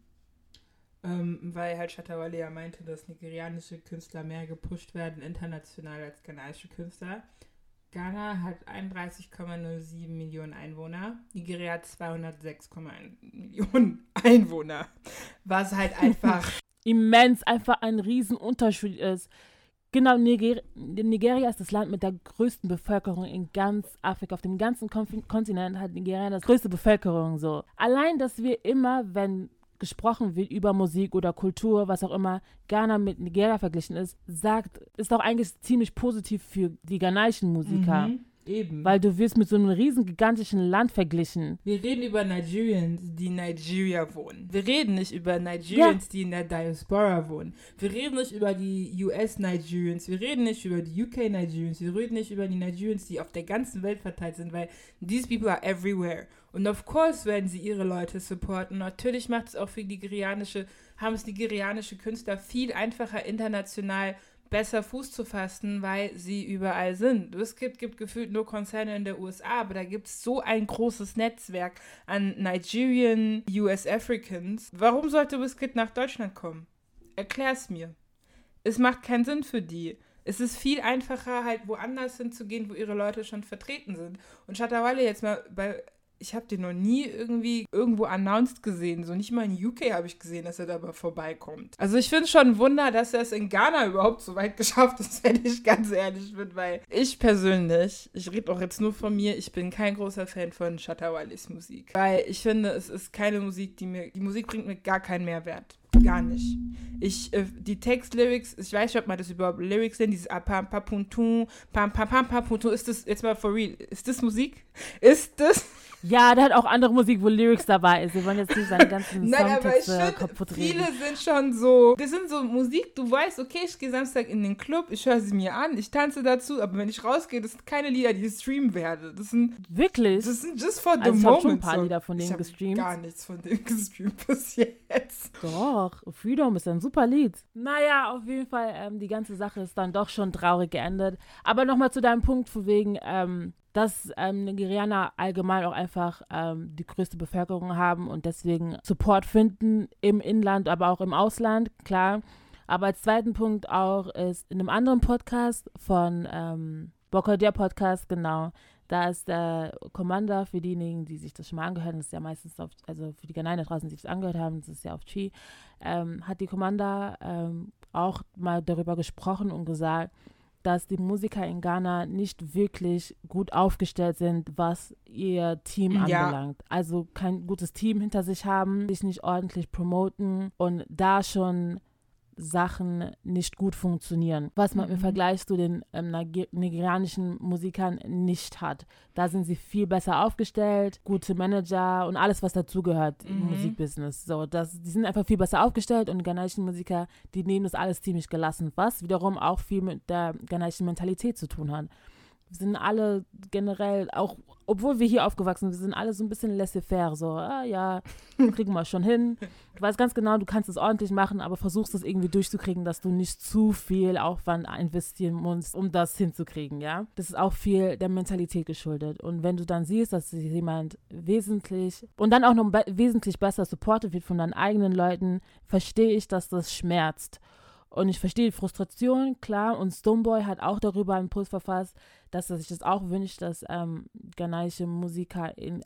weil halt Shatta Wale ja meinte, dass nigerianische Künstler mehr gepusht werden international als ghanaische Künstler. Ghana hat 31,07 Millionen Einwohner, Nigeria hat 206,1 Millionen Einwohner, was halt einfach
immens einfach ein Riesenunterschied ist. Genau, Nigeria ist das Land mit der größten Bevölkerung in ganz Afrika. Auf dem ganzen Kontinent hat Nigeria das größte Bevölkerung so. Allein, dass wir immer, wenn gesprochen wird über Musik oder Kultur, was auch immer, Ghana mit Nigeria verglichen ist doch eigentlich ziemlich positiv für die ghanaischen Musiker.
Mhm, eben.
Weil du wirst mit so einem riesen gigantischen Land verglichen.
Wir reden über Nigerians, die in Nigeria wohnen. Wir reden nicht über Nigerians, die in der Diaspora wohnen. Wir reden nicht über die US-Nigerians. Wir reden nicht über die UK-Nigerians. Wir reden nicht über die Nigerians, die auf der ganzen Welt verteilt sind, weil these people are everywhere. Und of course werden sie ihre Leute supporten. Natürlich haben es nigerianische Künstler viel einfacher international besser Fuß zu fassen, weil sie überall sind. Es gibt gefühlt nur Konzerne in der USA, aber da gibt es so ein großes Netzwerk an Nigerian US Africans. Warum sollte Wizkid nach Deutschland kommen? Erklär's mir. Es macht keinen Sinn für die. Es ist viel einfacher, halt woanders hinzugehen, wo ihre Leute schon vertreten sind. Und Shatta Wale jetzt mal ich habe den noch nie irgendwie irgendwo announced gesehen. So nicht mal in UK habe ich gesehen, dass er dabei vorbeikommt. Also ich finde schon ein Wunder, dass er es in Ghana überhaupt so weit geschafft hat, wenn ich ganz ehrlich bin, weil ich persönlich, ich rede auch jetzt nur von mir, ich bin kein großer Fan von Shatta Wallis Musik. Weil ich finde, es ist keine Musik, die Musik bringt mir gar keinen Mehrwert. Gar nicht. Die Text-Lyrics, ich weiß nicht, ob man das überhaupt Lyrics sind, dieses pam pam puntu, pam pam pam pam puntu, ist das, jetzt mal for real, ist das Musik? Ist das?
Ja, der hat auch andere Musik, wo Lyrics dabei ist. Wir wollen jetzt nicht seine ganzen Songtexte kaputt reden.
Viele sind schon so, das sind so Musik, du weißt, okay, ich gehe Samstag in den Club, ich höre sie mir an, ich tanze dazu, aber wenn ich rausgehe, das sind keine Lieder, die ich streamen werde.
Wirklich?
Das sind just for the
also
moment.
Ich habe schon ein paar Lieder von denen gestreamt.
Ich habe gar nichts von denen gestreamt bis jetzt.
Doch, Freedom ist ein super Lied. Naja, auf jeden Fall, die ganze Sache ist dann doch schon traurig geendet. Aber nochmal zu deinem Punkt, von wegen, dass Nigerianer allgemein auch einfach die größte Bevölkerung haben und deswegen Support finden im Inland, aber auch im Ausland, klar. Aber als zweiten Punkt auch ist in einem anderen Podcast von Bokordia Podcast, genau, da ist der Commander, für diejenigen, die sich das schon mal angehört haben, das ist ja meistens also für die Ghanaier da draußen, die sich das angehört haben, das ist ja auf Chi, hat die Commander auch mal darüber gesprochen und gesagt, dass die Musiker in Ghana nicht wirklich gut aufgestellt sind, was ihr Team anbelangt. Also kein gutes Team hinter sich haben, sich nicht ordentlich promoten und da schon Sachen nicht gut funktionieren, was man im Vergleich zu den nigerianischen Musikern nicht hat. Da sind sie viel besser aufgestellt, gute Manager und alles, was dazugehört im Musikbusiness. So, die sind einfach viel besser aufgestellt und die ghanaischen Musiker, die nehmen das alles ziemlich gelassen, was wiederum auch viel mit der ghanaischen Mentalität zu tun hat. Wir sind alle generell, auch obwohl wir hier aufgewachsen sind, wir sind alle so ein bisschen laissez-faire, so, ja, kriegen wir schon hin. Du weißt ganz genau, du kannst es ordentlich machen, aber versuchst es irgendwie durchzukriegen, dass du nicht zu viel Aufwand investieren musst, um das hinzukriegen, ja. Das ist auch viel der Mentalität geschuldet. Und wenn du dann siehst, dass jemand wesentlich und dann auch noch wesentlich besser supportet wird von deinen eigenen Leuten, verstehe ich, dass das schmerzt. Und ich verstehe die Frustration, klar. Und Stonebwoy hat auch darüber einen Post verfasst, dass er sich das auch wünscht, dass ghanaische Musiker in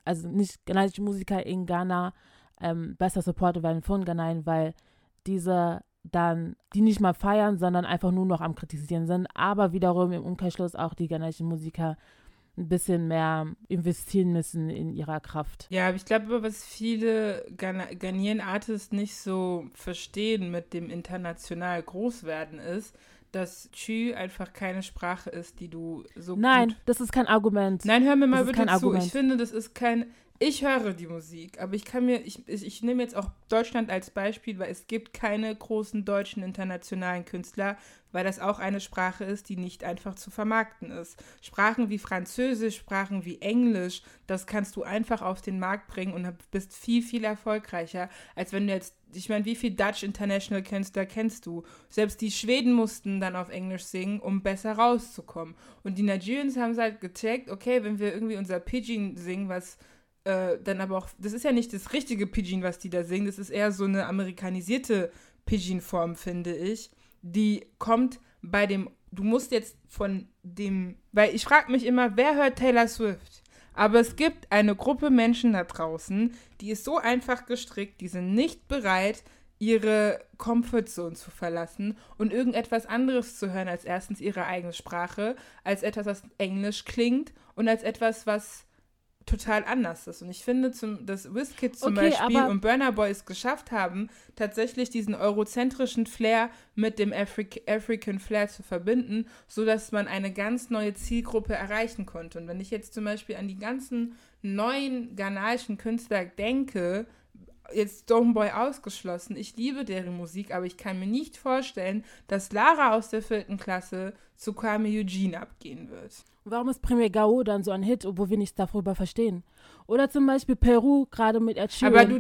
Ghana besser supportet werden von Ghanaien, weil diese dann die nicht mal feiern, sondern einfach nur noch am Kritisieren sind. Aber wiederum im Umkehrschluss auch die ghanaischen Musiker ein bisschen mehr investieren müssen in ihrer Kraft.
Ja, aber ich glaube, was viele Ghanaian Artists nicht so verstehen mit dem international Großwerden ist, dass Twi einfach keine Sprache ist, die du so
Nein, das ist kein Argument.
Nein, hör mir mal
bitte
zu.
Argument.
Ich finde, das ist kein... Ich höre die Musik, aber ich nehme jetzt auch Deutschland als Beispiel, weil es gibt keine großen deutschen internationalen Künstler, weil das auch eine Sprache ist, die nicht einfach zu vermarkten ist. Sprachen wie Französisch, Sprachen wie Englisch, das kannst du einfach auf den Markt bringen und bist viel, viel erfolgreicher, als wenn du jetzt, ich meine, wie viele Dutch International Künstler kennst du? Selbst die Schweden mussten dann auf Englisch singen, um besser rauszukommen. Und die Nigerians haben es halt gecheckt, okay, wenn wir irgendwie unser Pidgin singen, was dann aber auch, das ist ja nicht das richtige Pidgin, was die da singen, das ist eher so eine amerikanisierte Pidgin-Form, finde ich, die kommt bei dem, du musst jetzt von dem, weil ich frage mich immer, wer hört Taylor Swift? Aber es gibt eine Gruppe Menschen da draußen, die ist so einfach gestrickt, die sind nicht bereit, ihre Comfortzone zu verlassen und irgendetwas anderes zu hören als erstens ihre eigene Sprache, als etwas, was Englisch klingt und als etwas, was total anders ist. Und ich finde, dass Wizkid zum Beispiel und Burna Boy es geschafft haben, tatsächlich diesen eurozentrischen Flair mit dem African Flair zu verbinden, sodass man eine ganz neue Zielgruppe erreichen konnte. Und wenn ich jetzt zum Beispiel an die ganzen neuen ghanaischen Künstler denke, jetzt Stonebwoy ausgeschlossen, ich liebe deren Musik, aber ich kann mir nicht vorstellen, dass Lara aus der 4. Klasse zu Kwame Eugene abgehen wird.
Warum ist Premier Gao dann so ein Hit, obwohl wir nichts darüber verstehen? Oder zum Beispiel Peru, gerade mit Ed Sheeran.
Aber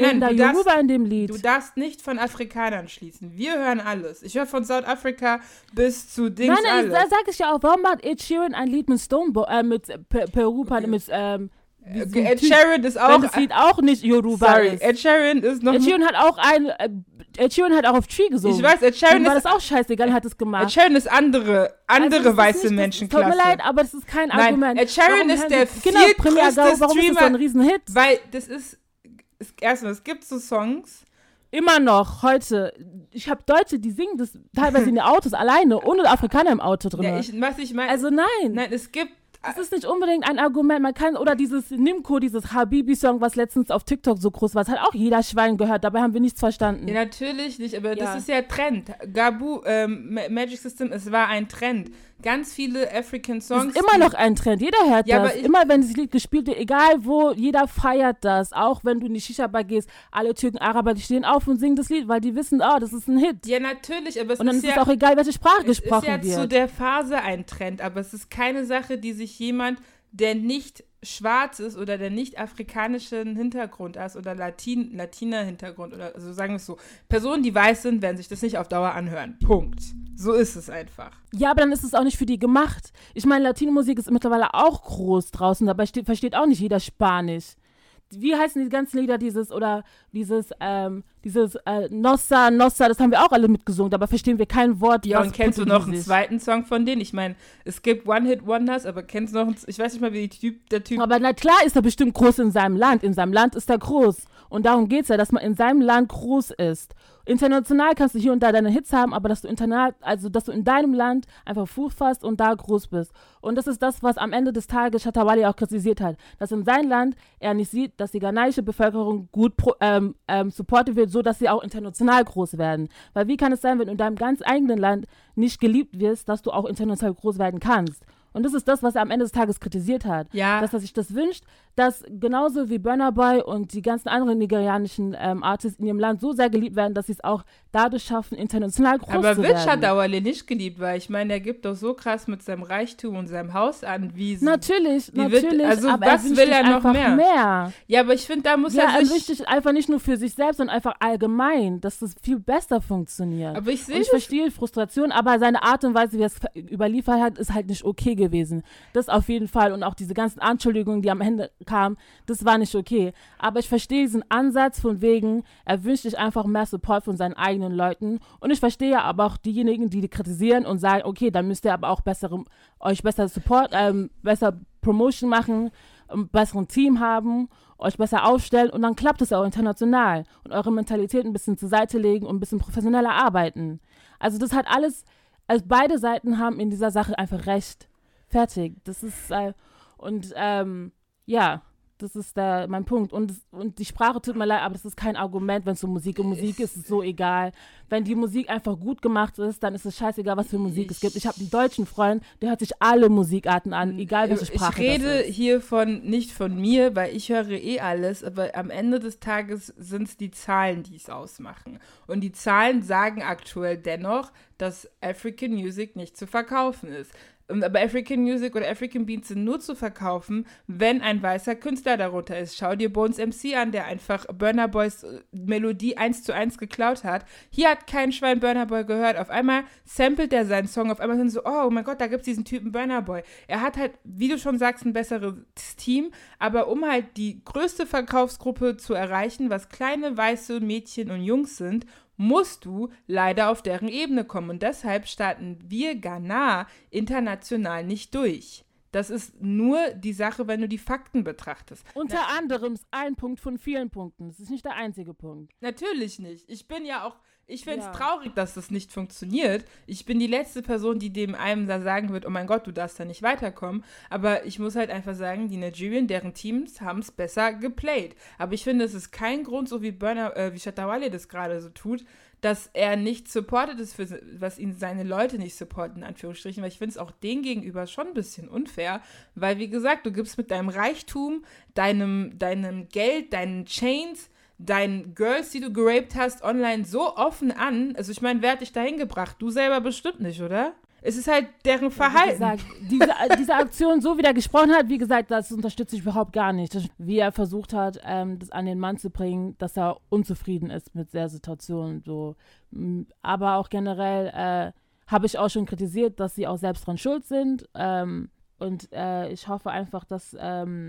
nein,
du darfst nicht von Afrikanern schließen. Wir hören alles. Ich höre von Südafrika bis zu Dings alles.
Nein, da sag ich ja auch, warum macht Ed Sheeran ein Lied mit Stonebwoy, mit Peru, okay. Mit
Ed Sheeran ist auch...
Wenn das Lied auch nicht Yoruba ist.
Ed Sheeran ist noch...
Ed Sheeran hat auch ein Ed Sheeran hat auch auf Tree gesungen.
Ich weiß, Ed Sheeran
war das auch scheißegal, hat es gemacht.
Ed Sheeran ist andere weiße Menschenklasse.
Tut mir leid, aber das ist kein Argument.
Ed Sheeran ist der viertgrößte
warum ist das so ein Riesenhit?
Weil das ist erstmal, es gibt so Songs.
Immer noch, heute. Ich habe Deutsche, die singen das teilweise in den Autos alleine, ohne Afrikaner im Auto drin.
Ja, was ich meine.
Also nein.
Nein, es gibt.
Das ist nicht unbedingt ein Argument. Man kann, oder dieses Nimco, dieses Habibi-Song, was letztens auf TikTok so groß war, das hat auch jeder Schwein gehört. Dabei haben wir nichts verstanden.
Ja, natürlich nicht, aber das ist ja Trend. Gabu, Magic System, es war ein Trend. Ganz viele African Songs.
Das ist immer noch ein Trend. Jeder hört das. Immer wenn das Lied gespielt wird, egal wo, jeder feiert das. Auch wenn du in die Shisha-Bar gehst, alle Türken, Araber, die stehen auf und singen das Lied, weil die wissen, das ist ein Hit.
Ja, natürlich, aber
und dann ist es auch egal, welche Sprache gesprochen wird.
Es ist ja zu der Phase ein Trend, aber es ist keine Sache, die sich jemand, der nicht schwarz ist oder der nicht afrikanischen Hintergrund hat oder Latina-Hintergrund oder also sagen wir es so, Personen, die weiß sind, werden sich das nicht auf Dauer anhören. Punkt. So ist es einfach.
Ja, aber dann ist es auch nicht für die gemacht. Ich meine, Latino-Musik ist mittlerweile auch groß draußen, dabei versteht auch nicht jeder Spanisch. Wie heißen die ganzen Lieder, dieses Nossa, das haben wir auch alle mitgesungen, dabei verstehen wir kein Wort.
Ja, und kennst du noch einen zweiten Song von denen? Ich meine, es gibt One-Hit-Wonders, aber kennst du noch, ich weiß nicht mal, wie der Typ...
Aber na klar ist er bestimmt groß in seinem Land. In seinem Land ist er groß. Und darum geht es ja, dass man in seinem Land groß ist. International kannst du hier und da deine Hits haben, aber dass du in deinem Land einfach Fuß fasst und da groß bist. Und das ist das, was am Ende des Tages Shatta Wale auch kritisiert hat. Dass in seinem Land er nicht sieht, dass die ghanaische Bevölkerung gut supportet wird, so dass sie auch international groß werden. Weil wie kann es sein, wenn du in deinem ganz eigenen Land nicht geliebt wirst, dass du auch international groß werden kannst? Und das ist das, was er am Ende des Tages kritisiert hat.
Ja.
Dass er sich das wünscht, dass genauso wie Burna Boy und die ganzen anderen nigerianischen Artists in ihrem Land so sehr geliebt werden, dass sie es auch dadurch schaffen, international groß zu werden.
Aber wird Shatta Wale nicht geliebt, weil ich meine, er gibt doch so krass mit seinem Reichtum und seinem Haus an, wie sie...
Natürlich,
also
aber
was will er noch
mehr?
Ja, aber ich finde, da muss er sich...
er wünscht sich einfach nicht nur für sich selbst, sondern einfach allgemein, dass das viel besser funktioniert.
Aber ich
verstehe die Frustration, aber seine Art und Weise, wie er es überliefert hat, ist halt nicht okay gewesen. Das auf jeden Fall und auch diese ganzen Anschuldigungen, die am Ende kamen, das war nicht okay. Aber ich verstehe diesen Ansatz von wegen, er wünscht sich einfach mehr Support von seinen eigenen Leuten und ich verstehe aber auch diejenigen, die kritisieren und sagen, okay, dann müsst ihr aber auch euch besser Support, besser Promotion machen, ein besseren Team haben, euch besser aufstellen und dann klappt es auch international und eure Mentalität ein bisschen zur Seite legen und ein bisschen professioneller arbeiten. Also das hat alles, also beide Seiten haben in dieser Sache einfach recht. Fertig. Das ist, das ist mein Punkt. Und die Sprache tut mir leid, aber das ist kein Argument, wenn es um Musik ist, es so egal. Wenn die Musik einfach gut gemacht ist, dann ist es scheißegal, was für Musik es gibt. Ich habe einen deutschen Freund, der hört sich alle Musikarten an, egal welche Sprache
Ich rede hier nicht von mir, weil ich höre alles, aber am Ende des Tages sind es die Zahlen, die es ausmachen. Und die Zahlen sagen aktuell dennoch, dass African Music nicht zu verkaufen ist. Aber African Music oder African Beats sind nur zu verkaufen, wenn ein weißer Künstler darunter ist. Schau dir Bones MC an, der einfach Burna Boys Melodie 1:1 geklaut hat. Hier hat kein Schwein Burna Boy gehört. Auf einmal samplet er seinen Song. Auf einmal sind so, oh mein Gott, da gibt es diesen Typen Burna Boy. Er hat halt, wie du schon sagst, ein besseres Team. Aber um halt die größte Verkaufsgruppe zu erreichen, was kleine weiße Mädchen und Jungs sind, musst du leider auf deren Ebene kommen. Und deshalb starten wir Ghana international nicht durch. Das ist nur die Sache, wenn du die Fakten betrachtest.
Unter anderem ist ein Punkt von vielen Punkten. Das ist nicht der einzige Punkt.
Natürlich nicht. Ich finde es traurig, dass das nicht funktioniert. Ich bin die letzte Person, die dem einem da sagen wird, oh mein Gott, du darfst da nicht weiterkommen. Aber ich muss halt einfach sagen, die Nigerian, deren Teams haben es besser geplayt. Aber ich finde, es ist kein Grund, so wie Shatta Wale das gerade so tut, dass er nicht supported ist, was ihn seine Leute nicht supporten, in Anführungsstrichen, weil ich finde es auch denen gegenüber schon ein bisschen unfair, weil, wie gesagt, du gibst mit deinem Reichtum, deinem Geld, deinen Chains, deinen Girls, die du geraped hast, online so offen an. Also ich meine, wer hat dich dahin gebracht? Du selber bestimmt nicht, oder? Es ist halt deren Verhalten.
Wie gesagt, diese Aktion, so wie der gesprochen hat, wie gesagt, das unterstütze ich überhaupt gar nicht. Wie er versucht hat, das an den Mann zu bringen, dass er unzufrieden ist mit der Situation. So. Aber auch generell habe ich auch schon kritisiert, dass sie auch selbst dran schuld sind. Und ich hoffe einfach, dass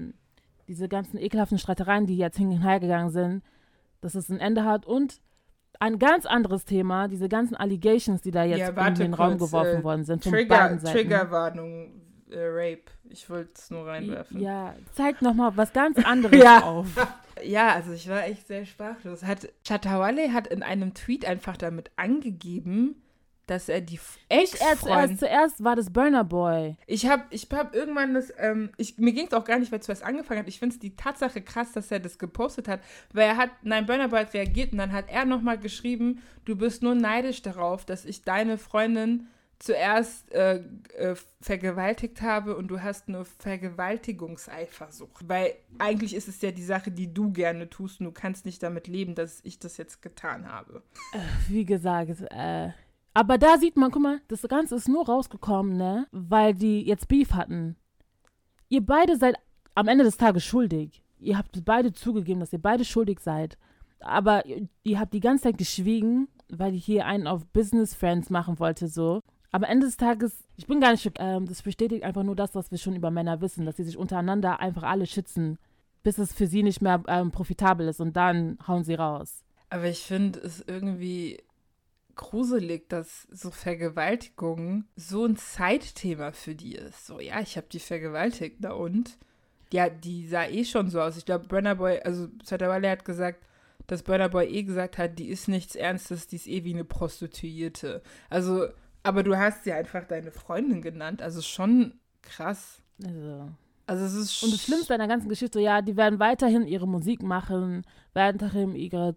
diese ganzen ekelhaften Streitereien, die jetzt hin und her gegangen sind, dass es ein Ende hat. Und ein ganz anderes Thema, diese ganzen Allegations, die da jetzt in den Raum geworfen worden sind. Von beiden Seiten.
Triggerwarnung, Rape. Ich wollte es nur reinwerfen.
Ja, zeigt nochmal was ganz anderes auf.
Ja, also ich war echt sehr sprachlos. Chatawale hat in einem Tweet einfach damit angegeben, dass er die Ex-Freundin...
Zuerst war das Burna Boy.
Ich hab irgendwann das... mir ging es auch gar nicht, weil es zuerst angefangen hat. Ich finde es die Tatsache krass, dass er das gepostet hat, weil Burna Boy hat reagiert und dann hat er nochmal geschrieben, du bist nur neidisch darauf, dass ich deine Freundin zuerst vergewaltigt habe und du hast nur Vergewaltigungseifersucht. Weil eigentlich ist es ja die Sache, die du gerne tust und du kannst nicht damit leben, dass ich das jetzt getan habe.
Wie gesagt, aber da sieht man, guck mal, das Ganze ist nur rausgekommen, ne, weil die jetzt Beef hatten. Ihr beide seid am Ende des Tages schuldig. Ihr habt beide zugegeben, dass ihr beide schuldig seid. Aber ihr habt die ganze Zeit geschwiegen, weil ich hier einen auf Business Friends machen wollte, so. Aber am Ende des Tages, ich bin gar nicht schockiert, das bestätigt einfach nur das, was wir schon über Männer wissen, dass sie sich untereinander einfach alle schützen, bis es für sie nicht mehr profitabel ist und dann hauen sie raus.
Aber ich finde es irgendwie gruselig, dass so Vergewaltigung so ein Zeitthema für die ist. So, ja, ich habe die vergewaltigt, na und? Ja, die sah schon so aus. Ich glaube, Burna Boy, also Chatawale hat gesagt, dass Burna Boy gesagt hat, die ist nichts Ernstes, die ist wie eine Prostituierte. Also, aber du hast sie einfach deine Freundin genannt, also schon krass. Also es ist
und das Schlimmste an der ganzen Geschichte, ja, die werden weiterhin ihre Musik machen, weiterhin ihre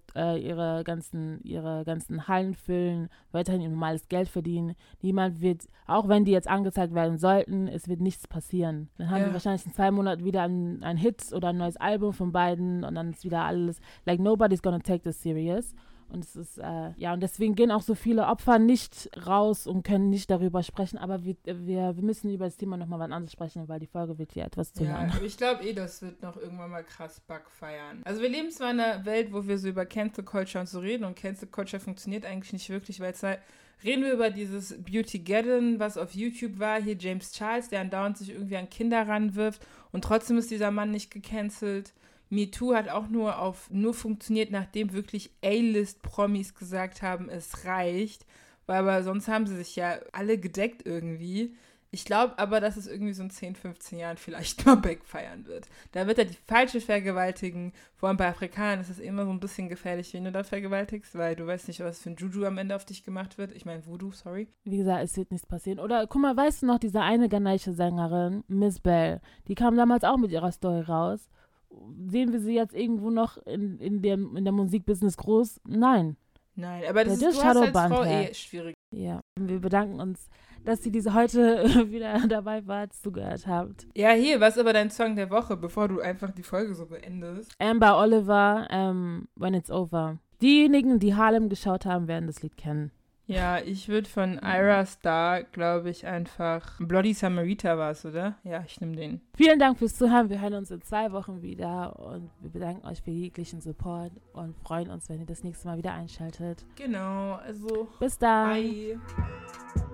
ganzen Hallen füllen, weiterhin ihr normales Geld verdienen. Niemand wird, auch wenn die jetzt angezeigt werden sollten, es wird nichts passieren. Dann haben wir wahrscheinlich in 2 Monaten wieder ein Hit oder ein neues Album von beiden und dann ist wieder alles, like nobody's gonna take this serious. Und es ist, und deswegen gehen auch so viele Opfer nicht raus und können nicht darüber sprechen, aber wir müssen über das Thema nochmal wann anderes sprechen, weil die Folge wird hier etwas zu lang.
Ja, ich glaube das wird noch irgendwann mal krass backfeiern. Also wir leben zwar in einer Welt, wo wir so über Cancel Culture und so reden und Cancel Culture funktioniert eigentlich nicht wirklich, weil reden wir über dieses Beauty-Geddon, was auf YouTube war, hier James Charles, der andauernd sich irgendwie an Kinder ranwirft und trotzdem ist dieser Mann nicht gecancelt. MeToo hat auch nur funktioniert, nachdem wirklich A-List-Promis gesagt haben, es reicht. Weil aber sonst haben sie sich ja alle gedeckt irgendwie. Ich glaube aber, dass es irgendwie so in 10, 15 Jahren vielleicht mal backfeiern wird. Da wird er die Falsche vergewaltigen. Vor allem bei Afrikanern ist es immer so ein bisschen gefährlich, wenn du da vergewaltigst, weil du weißt nicht, was für ein Juju am Ende auf dich gemacht wird. Ich meine Voodoo, sorry.
Wie gesagt, es wird nichts passieren. Oder guck mal, weißt du noch, diese eine ghanaische Sängerin, Miss Bell, die kam damals auch mit ihrer Story raus. Sehen wir sie jetzt irgendwo noch in der Musikbusiness groß? Nein.
Nein, aber das ist als Frau schwierig.
Ja, wir bedanken uns, dass ihr heute wieder dabei wart, zugehört habt.
Ja, hier, was ist aber dein Song der Woche, bevor du einfach die Folge so beendest?
Amber Oliver, When It's Over. Diejenigen, die Harlem geschaut haben, werden das Lied kennen.
Ja, ich würde von Ira Star, glaube ich, einfach Bloody Samarita war es, oder? Ja, ich nehme den.
Vielen Dank fürs Zuhören. Wir hören uns in 2 Wochen wieder und wir bedanken euch für jeglichen Support und freuen uns, wenn ihr das nächste Mal wieder einschaltet.
Genau, also
bis dann.
Bye.